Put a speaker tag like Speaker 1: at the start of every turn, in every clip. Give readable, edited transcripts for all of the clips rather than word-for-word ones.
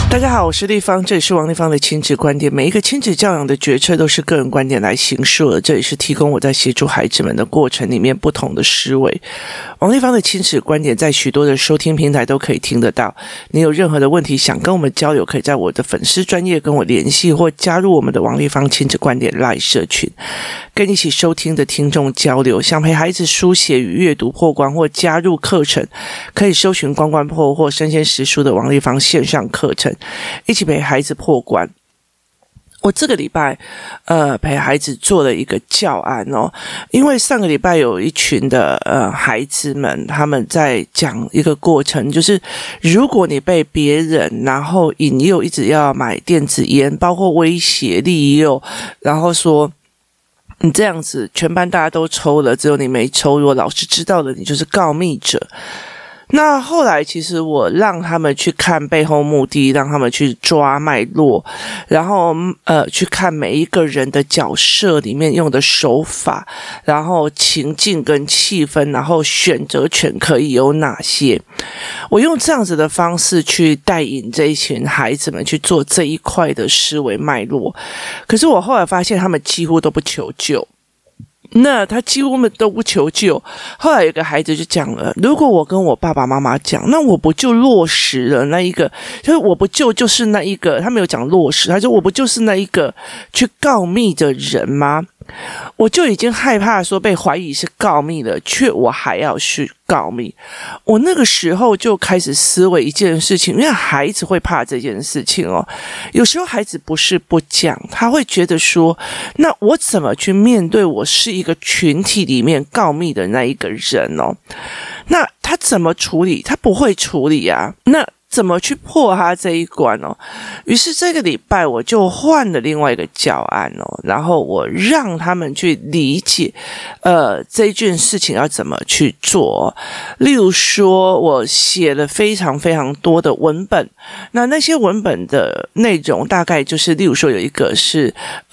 Speaker 1: 大家好，我是立方，这里是王立方的亲子观点。每一个亲子教养的决策都是个人观点来形述的，这里是提供我在协助孩子们的过程里面不同的思维。王立方的亲子观点在许多的收听平台都可以听得到。你有任何的问题想跟我们交流，可以在我的粉丝专页跟我联系，或加入我们的王立方亲子观点 LINE 社群，跟一起收听的听众交流。想陪孩子书写与阅读破关或加入课程，可以搜寻关关破或身先识书的王立方线上课程，一起陪孩子破关。我这个礼拜陪孩子做了一个教案哦，因为上个礼拜有一群的孩子们，他们在讲一个过程，就是如果你被别人然后引诱一直要买电子烟，包括威胁利诱，然后说你这样子全班大家都抽了，只有你没抽，如果老师知道了，你就是告密者。那后来其实我让他们去看背后目的，让他们去抓脉络，然后去看每一个人的角色里面用的手法，然后情境跟气氛，然后选择权可以有哪些。我用这样子的方式去带引这一群孩子们去做这一块的思维脉络。可是我后来发现他们几乎都不求救。那他几乎都不求救。后来有个孩子就讲了，如果我跟我爸爸妈妈讲，那我不就落实了那一个，就是我不就是那一个，他没有讲落实，他说我不就是那一个去告密的人吗？我就已经害怕说被怀疑是告密了，却我还要去告密。我那个时候就开始思维一件事情，因为孩子会怕这件事情哦。有时候孩子不是不讲，他会觉得说，那我怎么去面对我是一个群体里面告密的那一个人哦？那他怎么处理？他不会处理啊。那怎么去破他这一关哦？于是这个礼拜我就换了另外一个教案哦，然后我让他们去理解这件事情要怎么去做。例如说我写了非常非常多的文本，那些文本的内容大概就是例如说有一个是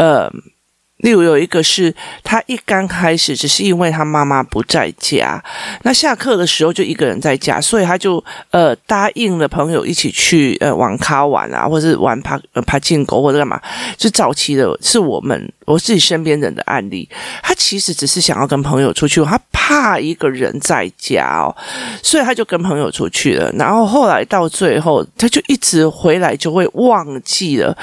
Speaker 1: 他一刚开始只是因为他妈妈不在家，那下课的时候就一个人在家，所以他就答应了朋友一起去网咖玩啊，或是玩爬进狗或者干嘛。就早期的是我自己身边人的案例，他其实只是想要跟朋友出去，他怕一个人在家哦，所以他就跟朋友出去了。然后后来到最后，他就一直回来就会忘记了，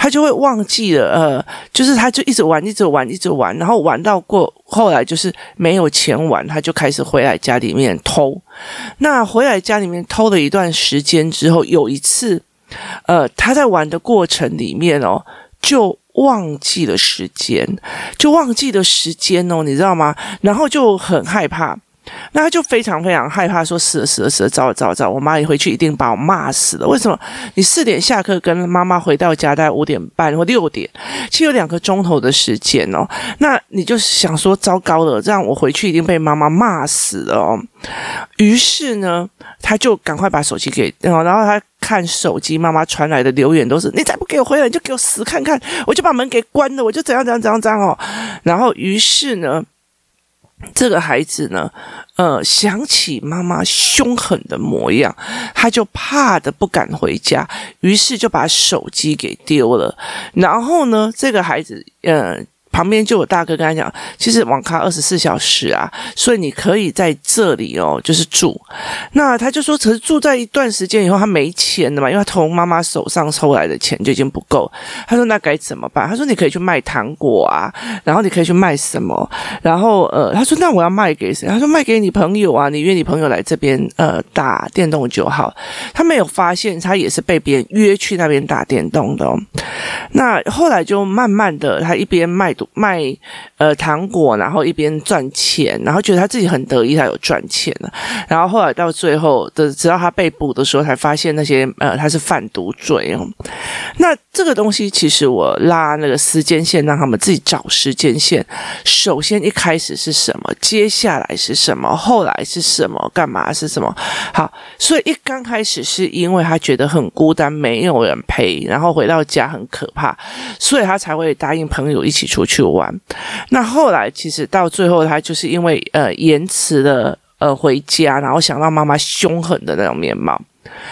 Speaker 1: 就是他就一直玩，然后玩到后来就是没有钱玩，他就开始回来家里面偷。那回来家里面偷了一段时间之后，有一次他在玩的过程里面哦，就忘记了时间哦，你知道吗？然后就很害怕。那他就非常非常害怕说死了，糟了，我妈一回去一定把我骂死了。为什么？你4点下课跟妈妈回到家大概5点半或6点，其实有2个钟头的时间哦。那你就想说糟糕了，这样我回去一定被妈妈骂死了哦。于是呢，他就赶快把手机给，然后他看手机，妈妈传来的留言都是你再不给我回来，你就给我死看看，我就把门给关了，我就怎样哦。然后于是呢，这个孩子呢，想起妈妈凶狠的模样，他就怕的不敢回家，于是就把手机给丢了。然后呢，这个孩子，旁边就有大哥跟他讲，其实网咖24小时啊，所以你可以在这里哦，就是住。那他就说，可是住在一段时间以后，他没钱了嘛，因为他从妈妈手上抽来的钱就已经不够。他说那该怎么办？他说你可以去卖糖果啊，然后你可以去卖什么？然后他说那我要卖给谁？他说卖给你朋友啊，你约你朋友来这边打电动就好。他没有发现他也是被别人约去那边打电动的哦。那后来就慢慢的，他一边卖糖果，然后一边赚钱，然后觉得他自己很得意，他有赚钱了。然后后来到最后的，直到他被捕的时候，才发现那些他是贩毒罪哦。那这个东西其实我拉那个时间线，让他们自己找时间线。首先一开始是什么，接下来是什么，后来是什么，干嘛是什么。好，所以一刚开始是因为他觉得很孤单，没有人陪，然后回到家很可怕，所以他才会答应朋友一起出去玩。那后来其实到最后，他就是因为延迟了回家，然后想到妈妈凶狠的那种面貌。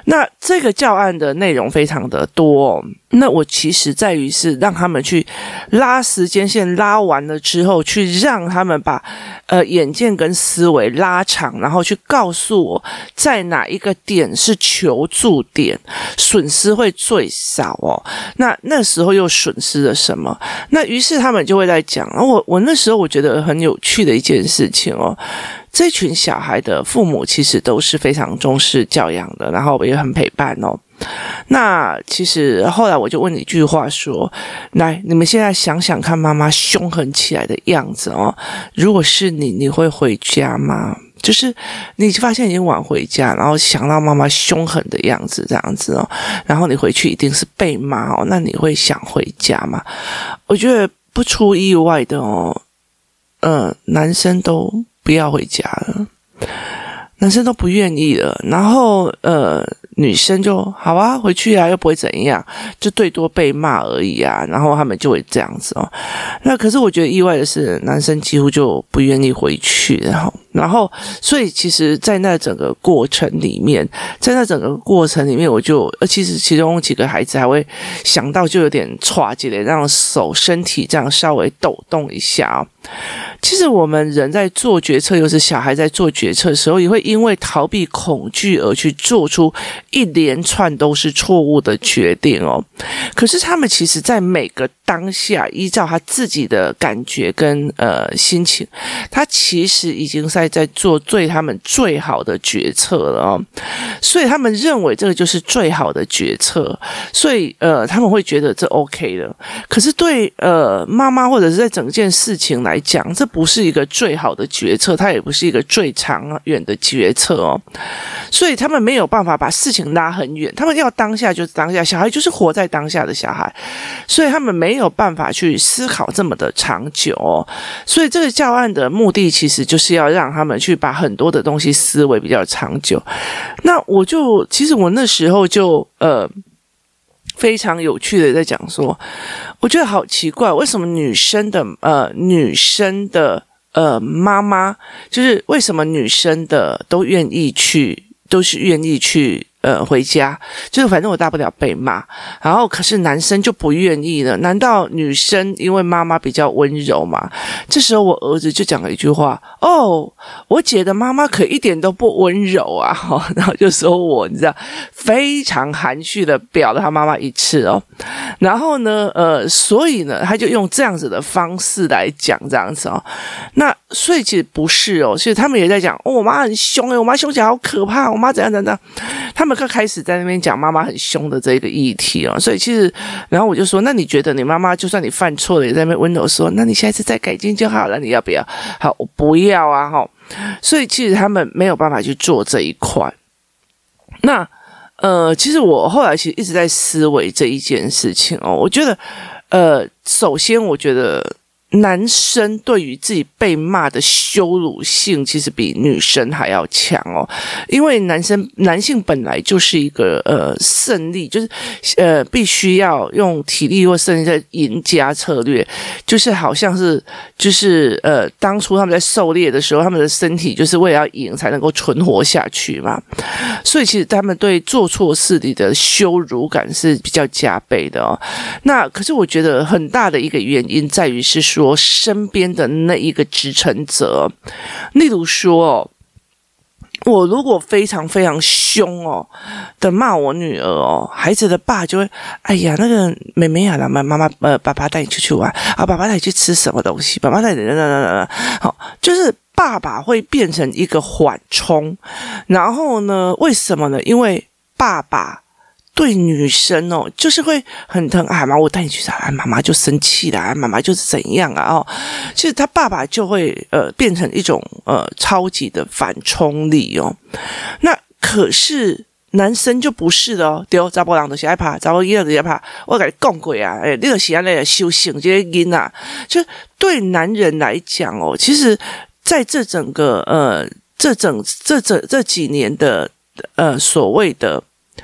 Speaker 1: 那这个教案的内容非常的多哦，那我其实在于是让他们去拉时间线，拉完了之后，去让他们把眼见跟思维拉长，然后去告诉我在哪一个点是求助点，损失会最少哦。那时候又损失了什么？那于是他们就会在讲，我那时候我觉得很有趣的一件事情哦。这群小孩的父母其实都是非常重视教养的，然后也很陪伴哦。那其实后来我就问你一句话说，来，你们现在想想看妈妈凶狠起来的样子哦，如果是你，你会回家吗？就是你发现已经晚回家，然后想到妈妈凶狠的样子这样子哦，然后你回去一定是被骂哦，那你会想回家吗？我觉得不出意外的哦，男生都不要回家了，男生都不愿意了，然后女生就好啊，回去啊，又不会怎样，就最多被骂而已啊，然后他们就会这样子哦。那可是我觉得意外的是，男生几乎就不愿意回去，然后所以其实在那整个过程里面，我就其实其中几个孩子还会想到就有点歘起来，让身体这样稍微抖动一下哦。其实我们人在做决策，又是小孩在做决策的时候，也会因为逃避恐惧而去做出一连串都是错误的决定哦。可是他们其实在每个当下，依照他自己的感觉跟心情，他其实已经在做对他们最好的决策了哦。所以他们认为这个就是最好的决策，所以他们会觉得这 OK 了。可是对妈妈或者是在整件事情来讲，这不是一个最好的决策，它也不是一个最长远的决策哦。所以他们没有办法把事情拉很远，他们要当下就是当下，小孩就是活在当下的小孩，所以他们没有办法去思考这么的长久哦。所以这个教案的目的其实就是要让他们去把很多的东西思维比较长久。那其实我那时候就非常有趣的在讲说，我觉得好奇怪，为什么女生的妈妈，就是为什么女生的都是愿意去回家，就是反正我大不了被骂，然后可是男生就不愿意了。难道女生因为妈妈比较温柔吗？这时候我儿子就讲了一句话，我姐的妈妈可一点都不温柔啊，然后就说你知道，非常含蓄的表了他妈妈一次哦。然后呢，所以呢，他就用这样子的方式来讲这样子哦。那所以其实不是哦，其实他们也在讲，我妈很凶我妈凶起来好可怕，我妈怎样怎样。他们刚开始在那边讲妈妈很凶的这个议题哦，所以其实，然后我就说，那你觉得你妈妈就算你犯错了，也在那边温柔说，那你下次再改进就好了，你要不要？好，我不要啊，所以其实他们没有办法去做这一块。那其实我后来其实一直在思维这一件事情哦，我觉得首先我觉得男生对于自己被骂的羞辱性其实比女生还要强哦，因为男性本来就是一个胜利，就是必须要用体力或胜利在赢家策略，就是好像是就是当初他们在狩猎的时候，他们的身体就是为了要赢才能够存活下去嘛，所以其实他们对做错事里的羞辱感是比较加倍的哦。那可是我觉得很大的一个原因在于是说身边的那一个支撑者，例如说我如果非常非常凶的骂我女儿孩子的爸就会，哎呀，那个妹妹啊，妈妈爸爸带你出去玩啊，爸爸带你去吃什么东西，爸爸带你好，就是爸爸会变成一个缓冲，然后呢，为什么呢？因为爸爸对女生就是会很疼妈妈，我带你去啥，妈妈就生气了，妈妈就是怎样啊其实他爸爸就会变成一种超级的反冲力那可是男生就不是的对，查某人就是爱怕，查某囡仔就是爱怕，我跟你讲过啊，你就是这样修行这些囡仔，就对男人来讲其实在这整个这几年的所谓的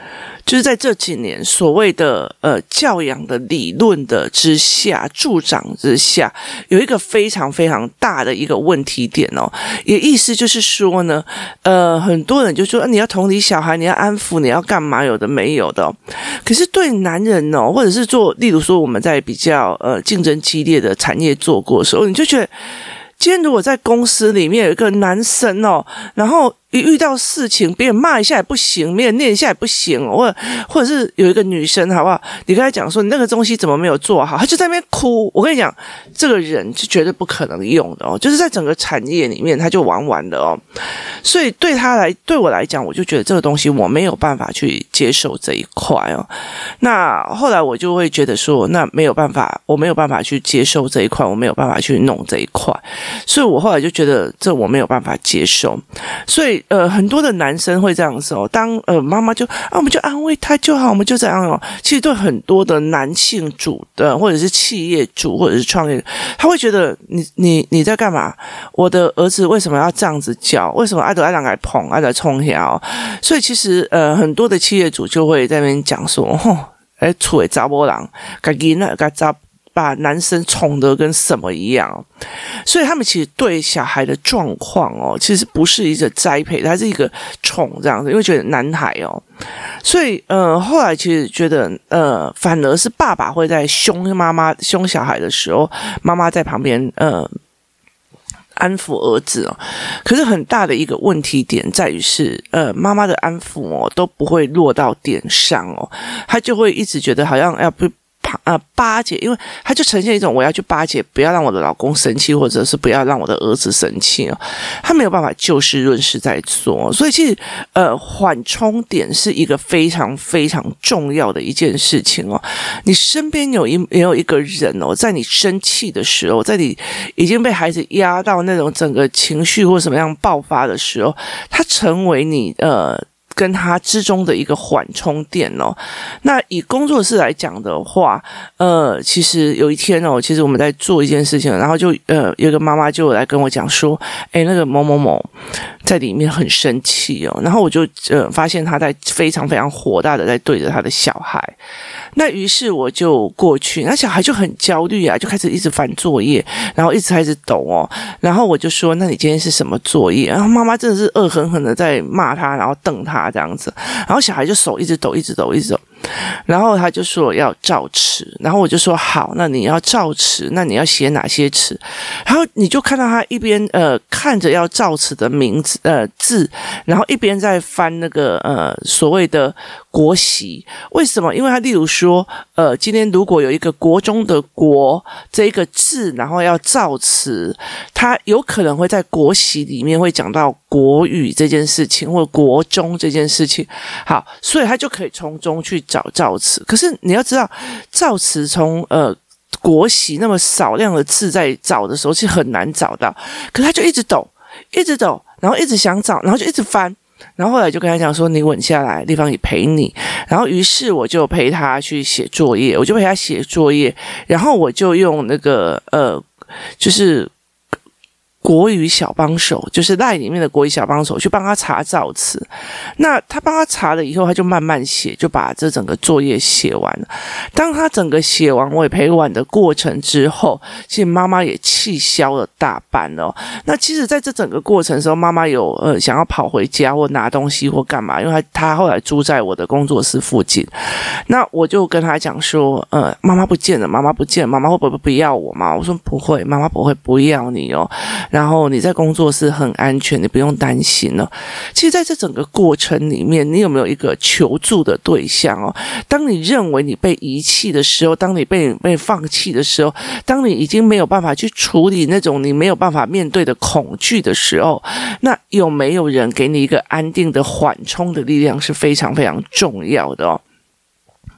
Speaker 1: 就是在这几年所谓的教养的理论的之下助长之下，有一个非常非常大的一个问题点哦，也意思就是说呢，很多人就说你要同理小孩，你要安抚，你要干嘛，有的没有的哦。可是对男人哦，或者是做，例如说我们在比较竞争激烈的产业做过的时候，你就觉得今天如果在公司里面有一个男生哦，然后一遇到事情，别人骂一下也不行，别人念一下也不行，或者是有一个女生，好不好？你跟她讲说你那个东西怎么没有做好，她就在那边哭。我跟你讲，这个人是绝对不可能用的哦，就是在整个产业里面，他就玩玩的哦。所以对我来讲，我就觉得这个东西我没有办法去接受这一块哦。那后来我就会觉得说，那没有办法，我没有办法去接受这一块，我没有办法去弄这一块，所以我后来就觉得这我没有办法接受，所以。很多的男生会这样子哦，当妈妈就我们就安慰他就好，我们就这样哦。其实对很多的男性主的，或者是企业主，或者是创业，他会觉得你在干嘛？我的儿子为什么要这样子教？为什么爱人来捧，爱来冲下？所以其实很多的企业主就会在那边讲说，厝的查某人，把囡仔把男生宠得跟什么一样，所以他们其实对小孩的状况哦，其实不是一个栽培，它是一个宠这样子，因为觉得男孩哦，所以后来其实觉得反而是爸爸会在凶小孩的时候，妈妈在旁边安抚儿子哦，可是很大的一个问题点在于是妈妈的安抚哦都不会落到点上哦，他就会一直觉得好像要不巴结，因为他就呈现一种我要去巴结，不要让我的老公生气，或者是不要让我的儿子生气哦。他没有办法就事论事在做，所以其实缓冲点是一个非常非常重要的一件事情哦。你身边有一个人哦，在你生气的时候，在你已经被孩子压到那种整个情绪或什么样爆发的时候，他成为你跟他之中的一个缓冲点哦。那以工作室来讲的话，其实有一天哦，其实我们在做一件事情，然后就有一个妈妈就来跟我讲说，那个某某某在里面很生气哦，然后我就发现他在非常非常火大的在对着他的小孩。那于是我就过去，那小孩就很焦虑啊，就开始一直翻作业，然后一直开始抖哦。然后我就说：“那你今天是什么作业？”然后妈妈真的是恶狠狠的在骂他，然后瞪他这样子。然后小孩就手一直抖，一直抖，一直抖。然后他就说要照词，然后我就说好，那你要照词，那你要写哪些词？然后你就看到他一边看着要照词的名字字，然后一边在翻那个所谓的国旗。为什么？因为他例如说今天如果有一个国中的国这一个字，然后要照词，他有可能会在国旗里面会讲到国语这件事情，或者国中这件事情。好，所以他就可以从中去找造词。可是你要知道，造词从国旗那么少量的字在找的时候是很难找到，可是他就一直抖，一直抖，然后一直想找，然后就一直翻。然后后来就跟他讲说，你稳下来，地方也陪你。然后于是我就陪他去写作业，我就陪他写作业，然后我就用那个就是国语小帮手，就是 LINE 里面的国语小帮手去帮他查造词。那他帮他查了以后，他就慢慢写，就把这整个作业写完了。当他整个写完，我也陪完的过程之后，其实妈妈也气消了大半哦。那其实在这整个过程的时候，妈妈有想要跑回家或拿东西或干嘛，因为他后来住在我的工作室附近。那我就跟他讲说，妈妈不见了，妈妈不见了，妈妈会不会不要我嘛？我说不会，妈妈不会不要你哦。然后你在工作室很安全，你不用担心哦。其实在这整个过程里面，你有没有一个求助的对象哦？当你认为你被遗弃的时候，当你被放弃的时候，当你已经没有办法去处理那种你没有办法面对的恐惧的时候，那有没有人给你一个安定的缓冲的力量是非常非常重要的哦。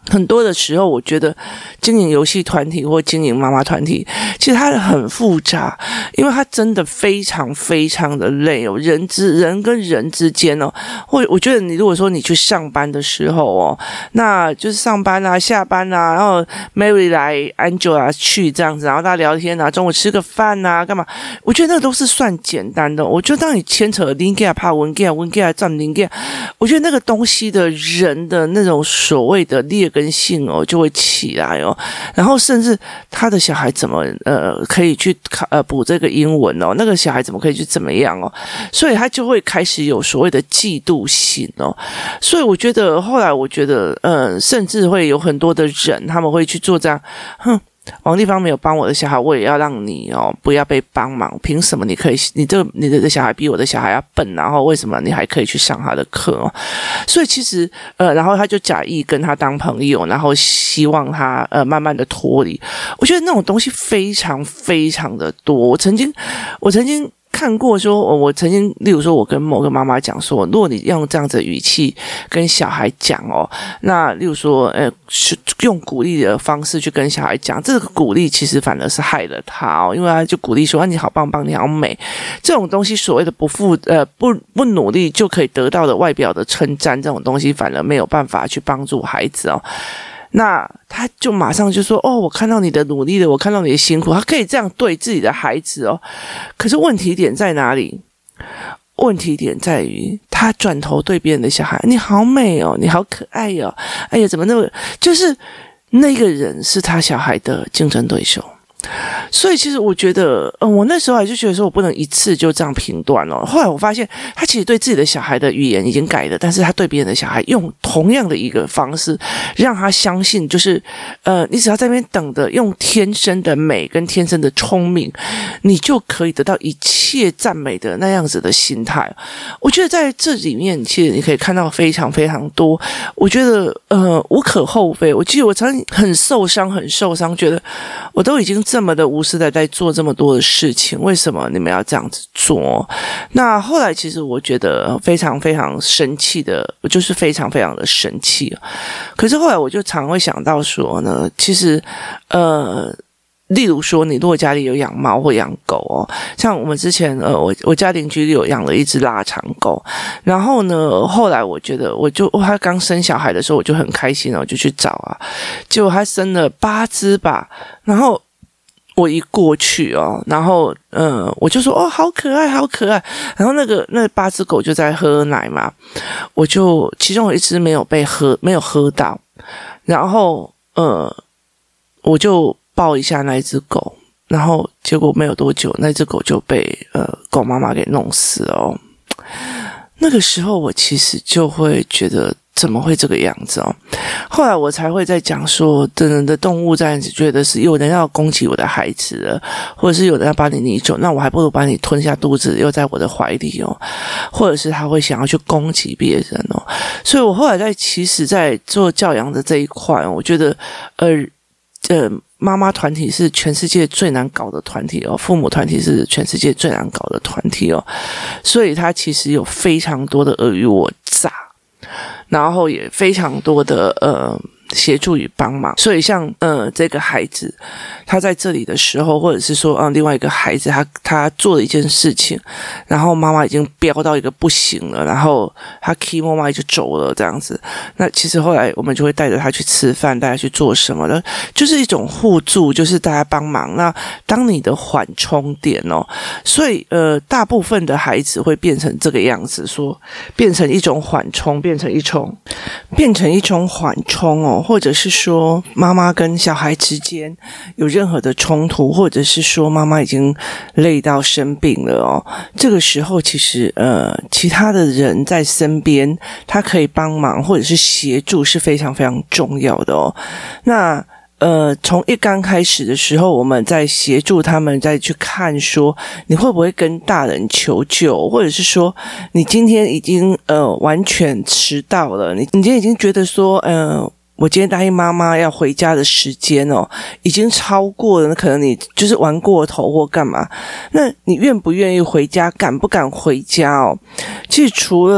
Speaker 1: 很多的时候，我觉得经营游戏团体或经营妈妈团体，其实它很复杂，因为它真的非常非常的累哦。人跟人之间哦，我觉得你如果说你去上班的时候哦，那就是上班啊、下班啊，然后 Mary 来 Angela 去这样子，然后大家聊天啊，中午吃个饭啊，干嘛？我觉得那个都是算简单的。我觉得当你牵扯零件怕文件占零件，我觉得那个东西的人的那种所谓的劣根性哦就会起来哦，然后甚至他的小孩怎么可以去补这个英文哦，那个小孩怎么可以去怎么样哦，所以他就会开始有所谓的嫉妒心哦，所以我觉得后来我觉得甚至会有很多的人他们会去做这样，王地方没有帮我的小孩，我也要让你哦不要被帮忙。凭什么你可以？你的小孩比我的小孩要笨，然后为什么你还可以去上他的课哦？所以其实然后他就假意跟他当朋友，然后希望他慢慢的脱离。我觉得那种东西非常非常的多。我曾经看过说，我曾经，例如说，我跟某个妈妈讲说，如果你用这样子的语气跟小孩讲哦，那例如说，是用鼓励的方式去跟小孩讲，这个鼓励其实反而是害了他哦，因为他就鼓励说，你好棒棒，你好美，这种东西所谓的不努力就可以得到的外表的称赞，这种东西反而没有办法去帮助孩子哦。那他就马上就说我看到你的努力了，我看到你的辛苦，他可以这样对自己的孩子哦。可是问题点在哪里？问题点在于他转头对别人的小孩，你好美哦，你好可爱哦，哎呀怎么那么，就是那个人是他小孩的竞争对手。所以其实我觉得我那时候还就觉得说我不能一次就这样评断哦。后来我发现他其实对自己的小孩的语言已经改了，但是他对别人的小孩用同样的一个方式让他相信，就是你只要在那边等着用天生的美跟天生的聪明，你就可以得到一切赞美的那样子的心态。我觉得在这里面其实你可以看到非常非常多，我觉得无可厚非。我记得我曾经很受伤，觉得我都已经这么的无私的在做这么多的事情，为什么你们要这样子做？那后来其实我觉得非常非常生气的，我就是非常非常的生气。可是后来我就常会想到说呢，其实例如说你如果家里有养猫或养狗哦，像我们之前我家邻居里有养了一只腊肠狗，然后呢后来我觉得他刚生小孩的时候我就很开心哦，我就去找啊，结果他生了8只吧，然后我一过去哦，然后我就说好可爱好可爱，然后那8只狗就在喝奶嘛，我就其中有一只没有喝到，然后我就抱一下那一只狗，然后结果没有多久那只狗就被狗妈妈给弄死了哦。那个时候我其实就会觉得怎么会这个样子哦？后来我才会在讲说，人的动物这样子觉得是有人要攻击我的孩子了，或者是有人要把你溺走，那我还不如把你吞下肚子，又在我的怀里哦，或者是他会想要去攻击别人哦。所以我后来其实在做教养的这一块，我觉得妈妈团体是全世界最难搞的团体哦，父母团体是全世界最难搞的团体哦，所以它其实有非常多的尔虞我诈，然后也非常多的协助与帮忙。所以像这个孩子他在这里的时候，或者是说另外一个孩子他做了一件事情，然后妈妈已经飙到一个不行了，然后他 key 妈妈就走了这样子，那其实后来我们就会带着他去吃饭，带他去做什么的，就是一种互助，就是大家帮忙，那当你的缓冲点哦。所以大部分的孩子会变成这个样子，说变成一种缓冲，变成一种缓冲哦，或者是说妈妈跟小孩之间有任何的冲突，或者是说妈妈已经累到生病了哦，这个时候其实其他的人在身边他可以帮忙或者是协助是非常非常重要的哦。那从一刚开始的时候，我们在协助他们再去看说你会不会跟大人求救，或者是说你今天已经完全迟到了，你今天已经觉得说我今天答应妈妈要回家的时间哦，已经超过了，那可能你就是玩过头或干嘛，那你愿不愿意回家，敢不敢回家哦？其实除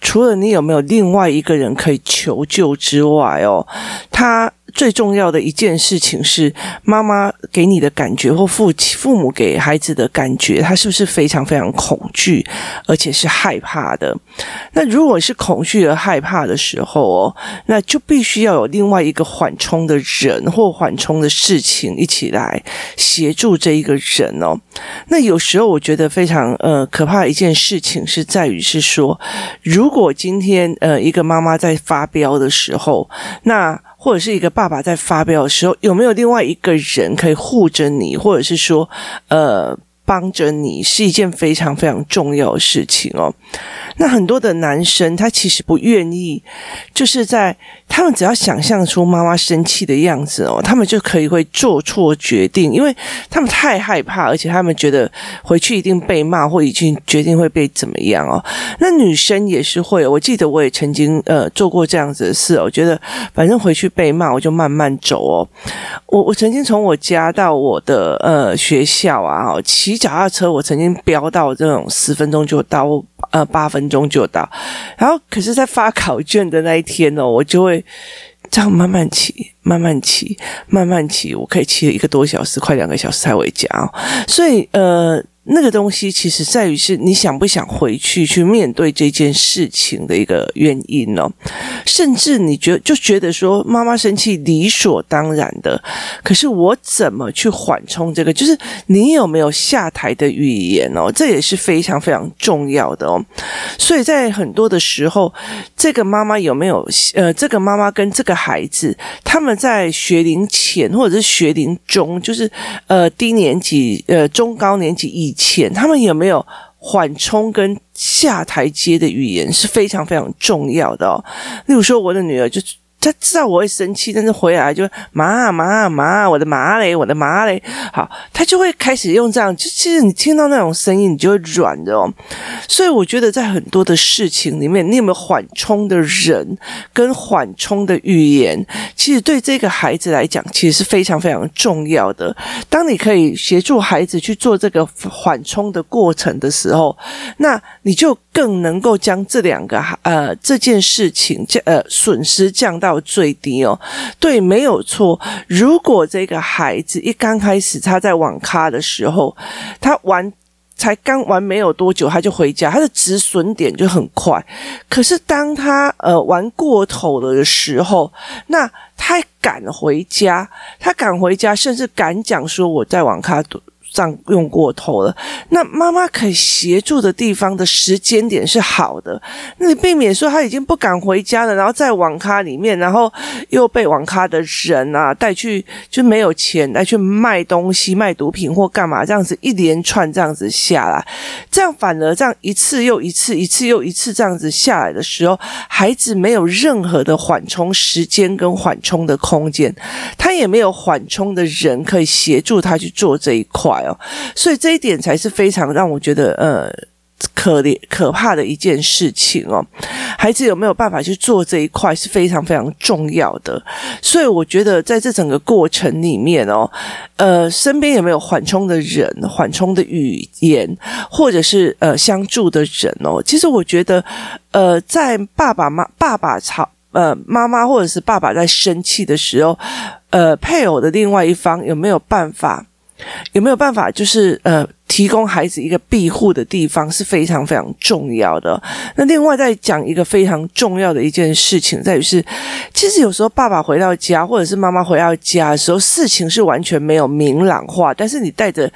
Speaker 1: 除了你有没有另外一个人可以求救之外哦，他最重要的一件事情是妈妈给你的感觉或父母给孩子的感觉，他是不是非常非常恐惧而且是害怕的。那如果是恐惧而害怕的时候哦，那就必须要有另外一个缓冲的人或缓冲的事情一起来协助这一个人哦。那有时候我觉得非常可怕的一件事情是在于是说，如果今天一个妈妈在发飙的时候，那或者是一个爸爸在发飙的时候，有没有另外一个人可以护着你，或者是说帮着你，是一件非常非常重要的事情哦。那很多的男生他其实不愿意，就是在他们只要想象出妈妈生气的样子哦，他们就可以会做错决定，因为他们太害怕，而且他们觉得回去一定被骂，或已经决定会被怎么样哦。那女生也是会，我记得我也曾经做过这样子的事哦，我觉得反正回去被骂我就慢慢走哦。我曾经从我家到我的学校啊，骑脚踏车我曾经飙到这种10分钟就到，8分钟就到，然后可是在发考卷的那一天哦，我就会这样慢慢骑，我可以骑了1个多小时，快2个小时才回家哦。所以那个东西其实在于是你想不想回去面对这件事情的一个原因哦。甚至你觉得说妈妈生气理所当然的，可是我怎么去缓冲这个，就是你有没有下台的语言哦，这也是非常非常重要的哦。所以在很多的时候，这个妈妈有没有这个妈妈跟这个孩子，他们在学龄前或者是学龄中，就是低年级中高年级以前，他们有没有缓冲跟下台阶的语言是非常非常重要的哦。例如说我的女儿就他知道我会生气，但是回来就妈，我的妈嘞，好，他就会开始用这样，就其实你听到那种声音，你就会软的哦。所以我觉得在很多的事情里面，你有没有缓冲的人跟缓冲的语言，其实对这个孩子来讲，其实是非常非常重要的。当你可以协助孩子去做这个缓冲的过程的时候，那你就更能够将这件事情损失降到最低哦。对，没有错。如果这个孩子一刚开始他在网咖的时候，他才刚玩没有多久他就回家，他的止损点就很快。可是当他玩过头了的时候，那他赶回家，甚至敢讲说我在网咖上用过头了，那妈妈可以协助的地方的时间点是好的，那你避免说他已经不敢回家了，然后在网咖里面，然后又被网咖的人啊带去，就没有钱来去卖东西、卖毒品或干嘛，这样子一连串这样子下来，这样反而这样一次又一次这样子下来的时候，孩子没有任何的缓冲时间跟缓冲的空间，他也没有缓冲的人可以协助他去做这一块。所以这一点才是非常让我觉得可怕的一件事情哦。孩子有没有办法去做这一块是非常非常重要的。所以我觉得在这整个过程里面哦，身边有没有缓冲的人、缓冲的语言，或者是相助的人哦，其实我觉得在妈妈或者是爸爸在生气的时候，配偶的另外一方有没有办法就是提供孩子一个庇护的地方是非常非常重要的。那另外再讲一个非常重要的一件事情，在于是其实有时候爸爸回到家或者是妈妈回到家的时候，事情是完全没有明朗化，但是你带着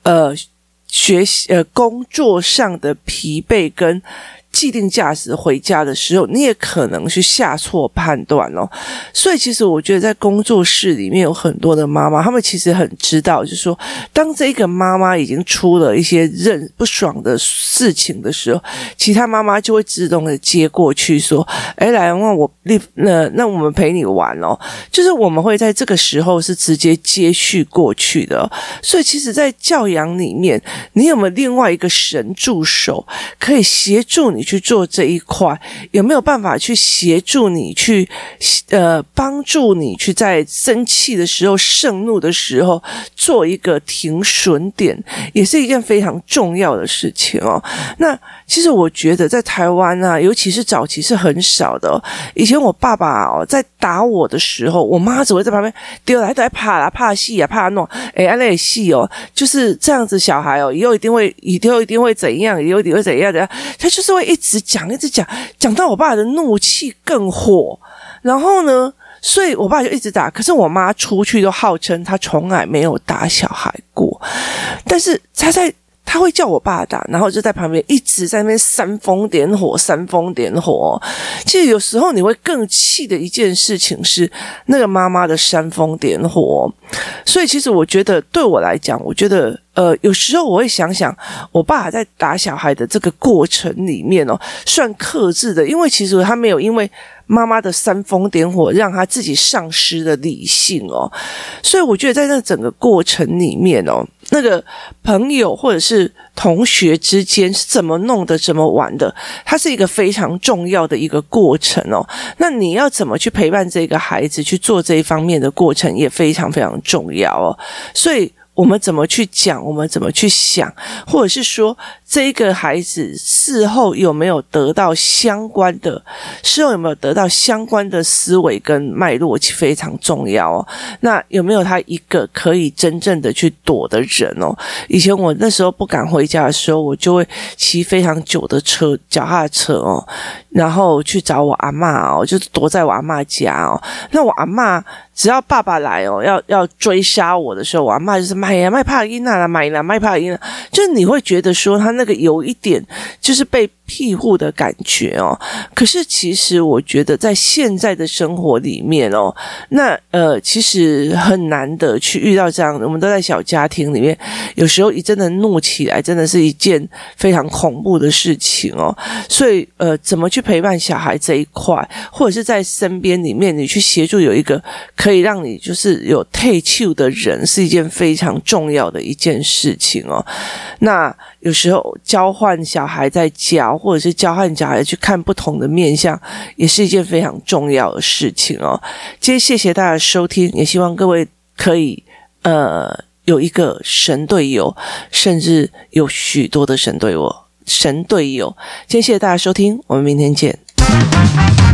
Speaker 1: 工作上的疲惫跟既定价值回家的时候，你也可能去下错判断哦。所以其实我觉得在工作室里面有很多的妈妈，她们其实很知道，就是说当这个妈妈已经出了一些不爽的事情的时候，其他妈妈就会自动的接过去说，来，那我们陪你玩哦。就是我们会在这个时候是直接接续过去的哦。所以其实在教养里面，你有没有另外一个神助手可以协助你去做这一块，有没有办法去协助你去帮助你去在生气的时候、盛怒的时候做一个停损点，也是一件非常重要的事情哦。那其实我觉得在台湾啊，尤其是早期是很少的哦。以前我爸爸在打我的时候，我妈只会在旁边丢来怕啦、怕戏啊、怕弄，安那戏哦，就是这样子。小孩以后一定会怎样，以后一定会怎样的，他就是会一直讲到我爸的怒气更火，然后呢，所以我爸就一直打。可是我妈出去都号称她从来没有打小孩过，但是他会叫我爸打，然后就在旁边一直在那边煽风点火。其实有时候你会更气的一件事情是那个妈妈的煽风点火。所以其实我觉得对我来讲，我觉得有时候我会想想我爸在打小孩的这个过程里面算克制的，因为其实他没有因为妈妈的煽风点火让他自己丧失了理性所以我觉得在那整个过程里面那个朋友或者是同学之间是怎么弄的、怎么玩的，它是一个非常重要的一个过程那你要怎么去陪伴这个孩子去做这一方面的过程也非常非常重要所以我们怎么去讲，我们怎么去想，或者是说这个孩子事后有没有得到相关的思维跟脉络非常重要那有没有他一个可以真正的去躲的人以前我那时候不敢回家的时候，我就会骑非常久的脚踏车然后去找我阿嬷就躲在我阿嬷家那我阿嬷只要爸爸来要追杀我的时候，我阿嬷就是买呀卖帕因啦，买啦卖帕因啦，就是你会觉得说他那个有一点就是被庇护的感觉可是其实我觉得在现在的生活里面那其实很难得去遇到这样的，我们都在小家庭里面，有时候一真的怒起来，真的是一件非常恐怖的事情所以怎么去陪伴小孩这一块，或者是在身边里面你去协助有一个可以让你就是有退休的人，是一件非常重要的一件事情那有时候交换小孩在教，或者是交换小孩去看不同的面向，也是一件非常重要的事情今天谢谢大家的收听，也希望各位可以有一个神队友，甚至有许多的神队友。今天谢谢大家收听，我们明天见。